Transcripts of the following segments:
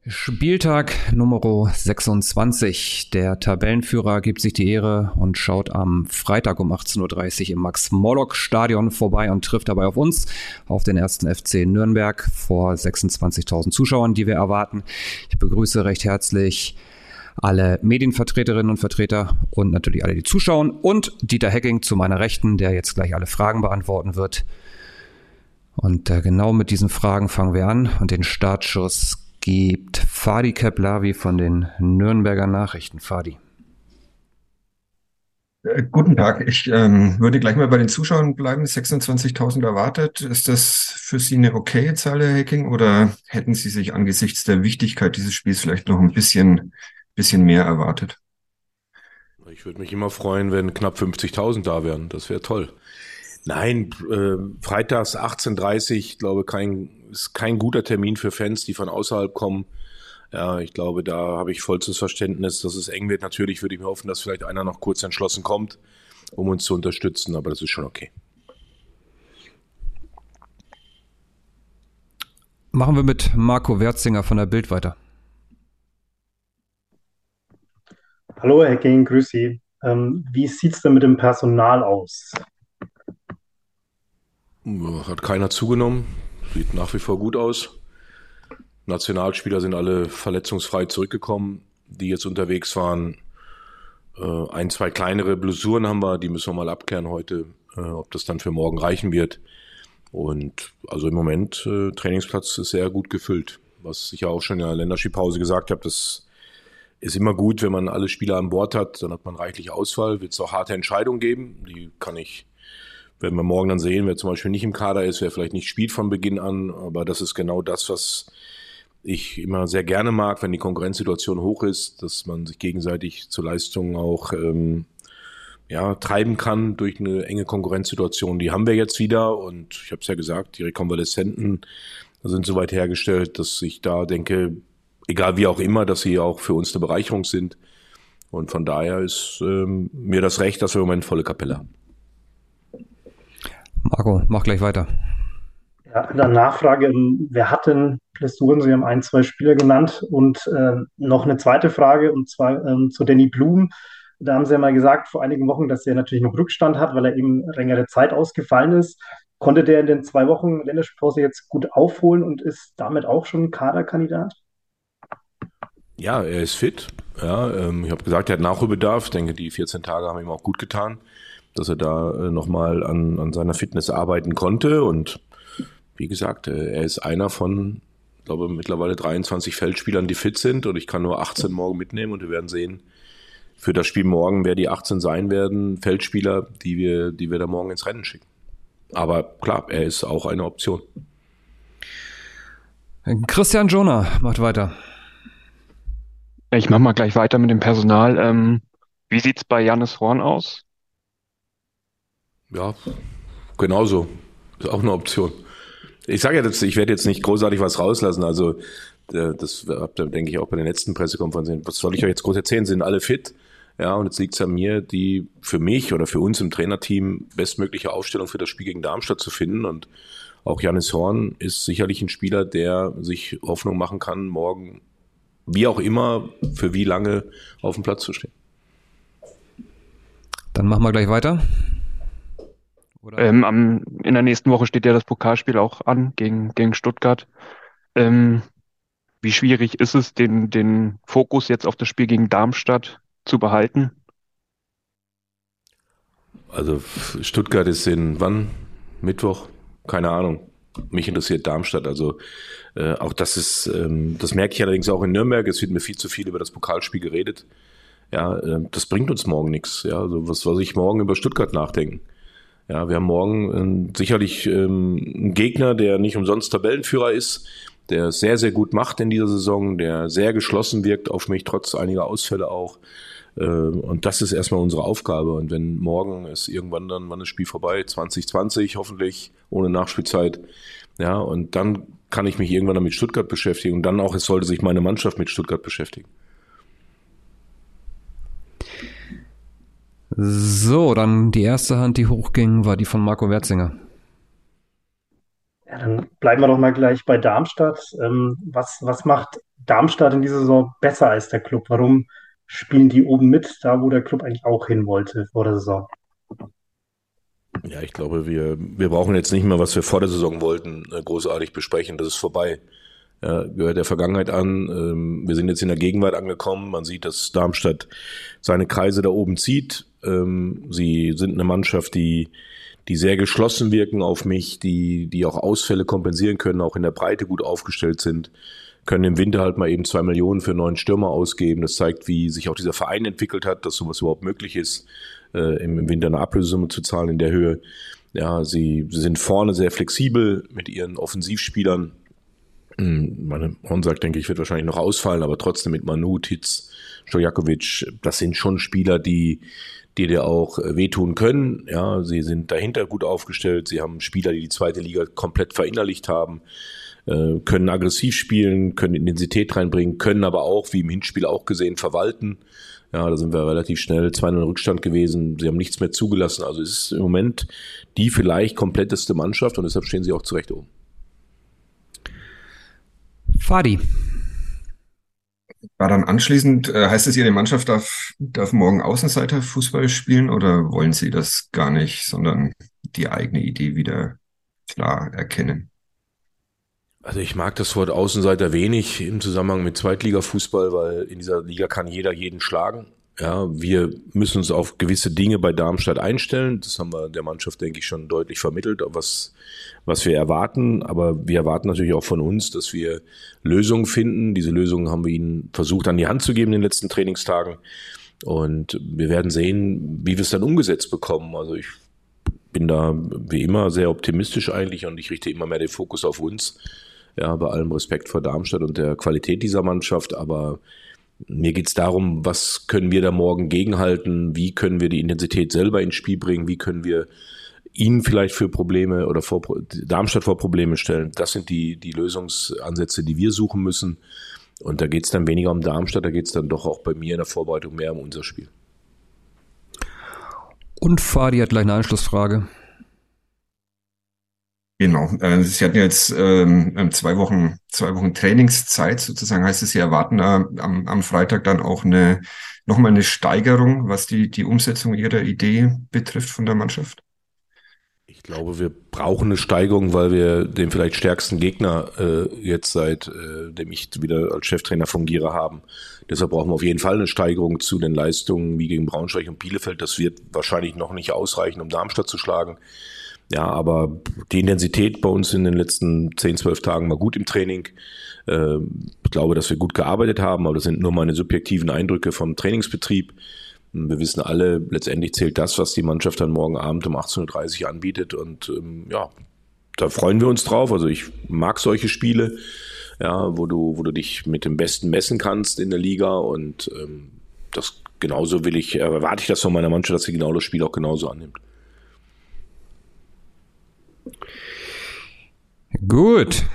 Spieltag Nummer 26. Der Tabellenführer gibt sich die Ehre und schaut am Freitag um 18:30 Uhr im Max-Morlock-Stadion vorbei und trifft dabei auf uns, auf den 1. FC Nürnberg vor 26.000 Zuschauern, die wir erwarten. Ich begrüße recht herzlich alle Medienvertreterinnen und Vertreter und natürlich alle, die zuschauen, und Dieter Hecking zu meiner Rechten, der jetzt gleich alle Fragen beantworten wird. Und genau mit diesen Fragen fangen wir an und den Startschuss gibt Fadi Keplavi von den Nürnberger Nachrichten. Fadi. Guten Tag. Ich würde gleich mal bei den Zuschauern bleiben. 26.000 erwartet. Ist das für Sie eine okaye Zahl, Herr Hecking, oder hätten Sie sich angesichts der Wichtigkeit dieses Spiels vielleicht noch ein bisschen mehr erwartet? Ich würde mich immer freuen, wenn knapp 50.000 da wären. Das wäre toll. Nein, freitags 18:30, glaube ist kein guter Termin für Fans, die von außerhalb kommen. Ja, ich glaube, da habe ich vollstes Verständnis, dass es eng wird. Natürlich würde ich mir hoffen, dass vielleicht einer noch kurz entschlossen kommt, um uns zu unterstützen, aber das ist schon okay. Machen wir mit Marco Werzinger von der Bild weiter. Hallo Herr Hecking, grüß Sie. Wie sieht es denn mit dem Personal aus? Hat keiner zugenommen, sieht nach wie vor gut aus. Nationalspieler sind alle verletzungsfrei zurückgekommen, die jetzt unterwegs waren. Ein, zwei kleinere Blessuren haben wir, die müssen wir mal abklären heute, ob das dann für morgen reichen wird. Und also im Moment, Trainingsplatz ist sehr gut gefüllt. Was ich ja auch schon in der Länderspielpause gesagt habe, das ist immer gut, wenn man alle Spieler an Bord hat, dann hat man reichlich Auswahl, wird es auch harte Entscheidungen geben, werden wir morgen dann sehen, wer zum Beispiel nicht im Kader ist, wer vielleicht nicht spielt von Beginn an, aber das ist genau das, was ich immer sehr gerne mag, wenn die Konkurrenzsituation hoch ist, dass man sich gegenseitig zu Leistungen auch treiben kann durch eine enge Konkurrenzsituation. Die haben wir jetzt wieder, und ich habe es ja gesagt, die Rekonvaleszenten sind soweit hergestellt, dass ich da denke, egal wie auch immer, dass sie auch für uns eine Bereicherung sind. Und von daher ist mir das recht, dass wir im Moment volle Kapelle haben. Marco, mach gleich weiter. Ja, in der Nachfrage, wer hat denn Blessuren? Sie haben ein, zwei Spieler genannt. Und noch eine zweite Frage, und zwar zu Danny Blum. Da haben Sie ja mal gesagt vor einigen Wochen, dass er natürlich noch Rückstand hat, weil er eben längere Zeit ausgefallen ist. Konnte der in den 2 Wochen Länderspielpause jetzt gut aufholen und ist damit auch schon Kaderkandidat? Ja, er ist fit. Ja, ich habe gesagt, er hat Nachholbedarf. Ich denke, die 14 Tage haben ihm auch gut getan, dass er da nochmal an seiner Fitness arbeiten konnte. Und wie gesagt, er ist einer von, ich glaube, mittlerweile 23 Feldspielern, die fit sind. Und ich kann nur 18 morgen mitnehmen. Und wir werden sehen, für das Spiel morgen, wer die 18 sein werden, Feldspieler, die wir da morgen ins Rennen schicken. Aber klar, er ist auch eine Option. Christian Jonah macht weiter. Ich mache mal gleich weiter mit dem Personal. Wie sieht's bei Jannis Horn aus? Ja, genauso. Ist auch eine Option. Ich sage ja, ich werde jetzt nicht großartig was rauslassen. Also das habt ihr, denke ich, auch bei den letzten Pressekonferenzen. Was soll ich euch jetzt groß erzählen? Sind alle fit? Ja, und jetzt liegt es an mir, die für mich oder für uns im Trainerteam bestmögliche Aufstellung für das Spiel gegen Darmstadt zu finden. Und auch Jannis Horn ist sicherlich ein Spieler, der sich Hoffnung machen kann, morgen, wie auch immer, für wie lange auf dem Platz zu stehen. Dann machen wir gleich weiter. Oder? In der nächsten Woche steht ja das Pokalspiel auch an gegen Stuttgart. Wie schwierig ist es, den Fokus jetzt auf das Spiel gegen Darmstadt zu behalten? Also Stuttgart ist wann? Mittwoch? Keine Ahnung. Mich interessiert Darmstadt. Also auch das merke ich allerdings auch in Nürnberg. Es wird mir viel zu viel über das Pokalspiel geredet. Ja, das bringt uns morgen nichts. Ja, also was soll ich morgen über Stuttgart nachdenken? Ja, wir haben morgen sicherlich einen Gegner, der nicht umsonst Tabellenführer ist, der es sehr, sehr gut macht in dieser Saison, der sehr geschlossen wirkt auf mich, trotz einiger Ausfälle auch. Und das ist erstmal unsere Aufgabe. Und wenn morgen ist irgendwann dann, wann ist das Spiel vorbei? 2020 hoffentlich, ohne Nachspielzeit. Ja, und dann kann ich mich irgendwann dann mit Stuttgart beschäftigen. Und dann auch, es sollte sich meine Mannschaft mit Stuttgart beschäftigen. So, dann die erste Hand, die hochging, war die von Marco Werzinger. Ja, dann bleiben wir doch mal gleich bei Darmstadt. Was macht Darmstadt in dieser Saison besser als der Club? Warum spielen die oben mit, da wo der Club eigentlich auch hin wollte vor der Saison? Ja, ich glaube, wir brauchen jetzt nicht mehr, was wir vor der Saison wollten, großartig besprechen. Das ist vorbei. Ja, gehört der Vergangenheit an. Wir sind jetzt in der Gegenwart angekommen. Man sieht, dass Darmstadt seine Kreise da oben zieht. Sie sind eine Mannschaft, die sehr geschlossen wirken auf mich, die auch Ausfälle kompensieren können, auch in der Breite gut aufgestellt sind, können im Winter halt mal eben 2 Millionen für einen neuen Stürmer ausgeben. Das zeigt, wie sich auch dieser Verein entwickelt hat, dass sowas überhaupt möglich ist, im Winter eine Ablösesumme zu zahlen in der Höhe. Ja, sie sind vorne sehr flexibel mit ihren Offensivspielern. Meine Honsack, denke ich, wird wahrscheinlich noch ausfallen, aber trotzdem mit Manu, Titz, Stojakovic, das sind schon Spieler, die dir auch wehtun können. Ja, sie sind dahinter gut aufgestellt. Sie haben Spieler, die die zweite Liga komplett verinnerlicht haben, können aggressiv spielen, können Intensität reinbringen, können aber auch, wie im Hinspiel auch gesehen, verwalten. Ja, da sind wir relativ schnell 2-0 Rückstand gewesen. Sie haben nichts mehr zugelassen. Also es ist im Moment die vielleicht kompletteste Mannschaft und deshalb stehen sie auch zurecht oben. Fadi. War dann anschließend, heißt es, Ihre Mannschaft darf morgen Außenseiter-Fußball spielen oder wollen Sie das gar nicht, sondern die eigene Idee wieder klar erkennen? Also ich mag das Wort Außenseiter wenig im Zusammenhang mit Zweitligafußball, weil in dieser Liga kann jeder jeden schlagen. Ja, wir müssen uns auf gewisse Dinge bei Darmstadt einstellen. Das haben wir der Mannschaft, denke ich, schon deutlich vermittelt, was wir erwarten. Aber wir erwarten natürlich auch von uns, dass wir Lösungen finden. Diese Lösungen haben wir ihnen versucht an die Hand zu geben in den letzten Trainingstagen. Und wir werden sehen, wie wir es dann umgesetzt bekommen. Also ich bin da wie immer sehr optimistisch eigentlich und ich richte immer mehr den Fokus auf uns. Ja, bei allem Respekt vor Darmstadt und der Qualität dieser Mannschaft, aber mir geht's darum, was können wir da morgen gegenhalten, wie können wir die Intensität selber ins Spiel bringen, wie können wir ihnen vielleicht für Probleme oder Darmstadt vor Probleme stellen. Das sind die Lösungsansätze, die wir suchen müssen. Und da geht's dann weniger um Darmstadt, da geht's dann doch auch bei mir in der Vorbereitung mehr um unser Spiel. Und Fadi hat gleich eine Anschlussfrage. Genau. Sie hatten jetzt 2 Wochen Trainingszeit sozusagen. Heißt es, Sie erwarten da am Freitag dann auch nochmal eine Steigerung, was die Umsetzung Ihrer Idee betrifft von der Mannschaft? Ich glaube, wir brauchen eine Steigerung, weil wir den vielleicht stärksten Gegner jetzt seitdem ich wieder als Cheftrainer fungiere haben. Deshalb brauchen wir auf jeden Fall eine Steigerung zu den Leistungen wie gegen Braunschweig und Bielefeld. Das wird wahrscheinlich noch nicht ausreichen, um Darmstadt zu schlagen. Ja, aber die Intensität bei uns in den letzten 10, 12 Tagen war gut im Training. Ich glaube, dass wir gut gearbeitet haben, aber das sind nur meine subjektiven Eindrücke vom Trainingsbetrieb. Wir wissen alle, letztendlich zählt das, was die Mannschaft dann morgen Abend um 18.30 Uhr anbietet. Und ja, da freuen wir uns drauf. Also ich mag solche Spiele, ja, wo du dich mit dem Besten messen kannst in der Liga. Und das genauso erwarte ich das von meiner Mannschaft, dass sie genau das Spiel auch genauso annimmt. Gut.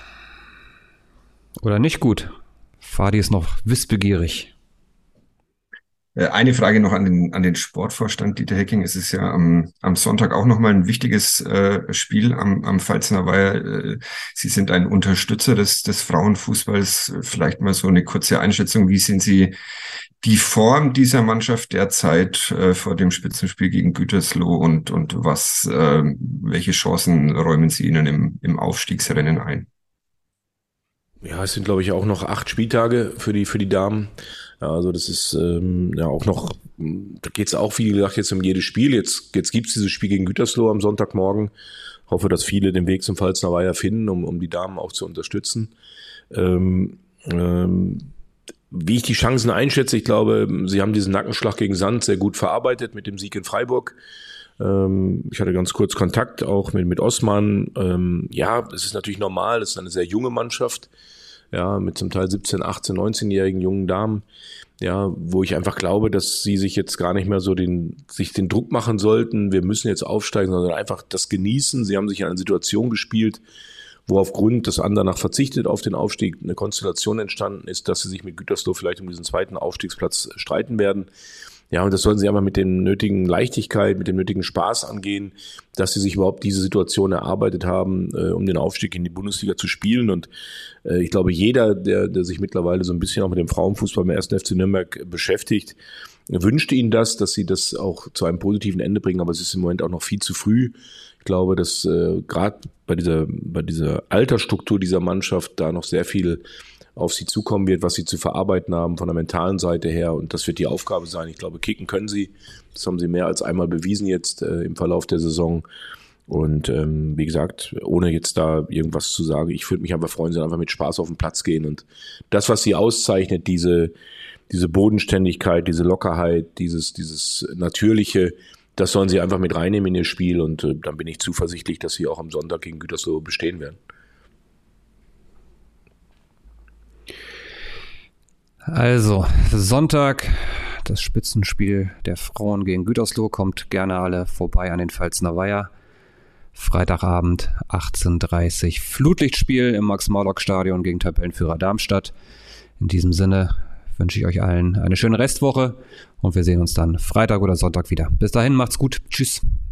Oder nicht gut. Fadi ist noch wissbegierig. Eine Frage noch an den Sportvorstand Dieter Hecking. Es ist ja am Sonntag auch nochmal ein wichtiges Spiel am Pfalzner Weiher. Sie sind ein Unterstützer des Frauenfußballs. Vielleicht mal so eine kurze Einschätzung. Wie sehen Sie die Form dieser Mannschaft derzeit vor dem Spitzenspiel gegen Gütersloh und welche Chancen räumen Sie ihnen im Aufstiegsrennen ein? Ja, es sind, glaube ich, auch noch 8 Spieltage für die Damen. Ja, also das ist ja auch noch, da geht es auch, wie gesagt, jetzt um jedes Spiel. Jetzt gibt es dieses Spiel gegen Gütersloh am Sonntagmorgen. Hoffe, dass viele den Weg zum Pfalzner Weiher finden, um die Damen auch zu unterstützen. Wie ich die Chancen einschätze, ich glaube, sie haben diesen Nackenschlag gegen Sand sehr gut verarbeitet mit dem Sieg in Freiburg. Ich hatte ganz kurz Kontakt auch mit Osman. Ja, es ist natürlich normal, es ist eine sehr junge Mannschaft, ja, mit zum Teil 17, 18, 19-jährigen jungen Damen, ja, wo ich einfach glaube, dass sie sich jetzt gar nicht mehr so sich den Druck machen sollten, wir müssen jetzt aufsteigen, sondern einfach das genießen. Sie haben sich in eine Situation gespielt, wo aufgrund des Andernach verzichtet auf den Aufstieg eine Konstellation entstanden ist, dass sie sich mit Gütersloh vielleicht um diesen zweiten Aufstiegsplatz streiten werden. Ja, und das sollten sie einfach mit dem nötigen Leichtigkeit, mit dem nötigen Spaß angehen, dass sie sich überhaupt diese Situation erarbeitet haben, um den Aufstieg in die Bundesliga zu spielen. Und ich glaube, jeder, der sich mittlerweile so ein bisschen auch mit dem Frauenfußball im 1. FC Nürnberg beschäftigt, wünschte ihnen das, dass sie das auch zu einem positiven Ende bringen. Aber es ist im Moment auch noch viel zu früh. Ich glaube, dass gerade bei dieser Altersstruktur dieser Mannschaft da noch sehr viel auf sie zukommen wird, was sie zu verarbeiten haben von der mentalen Seite her. Und das wird die Aufgabe sein. Ich glaube, kicken können sie. Das haben sie mehr als einmal bewiesen jetzt im Verlauf der Saison. Und wie gesagt, ohne jetzt da irgendwas zu sagen, ich würde mich einfach freuen, sie einfach mit Spaß auf den Platz gehen. Und das, was sie auszeichnet, diese Bodenständigkeit, diese Lockerheit, dieses Natürliche, das sollen sie einfach mit reinnehmen in ihr Spiel. Und dann bin ich zuversichtlich, dass sie auch am Sonntag gegen Gütersloh bestehen werden. Also, Sonntag, das Spitzenspiel der Frauen gegen Gütersloh. Kommt gerne alle vorbei an den Pfalzner Weiher. Freitagabend, 18:30 Uhr, Flutlichtspiel im Max-Morlock-Stadion gegen Tabellenführer Darmstadt. In diesem Sinne wünsche ich euch allen eine schöne Restwoche und wir sehen uns dann Freitag oder Sonntag wieder. Bis dahin, macht's gut. Tschüss.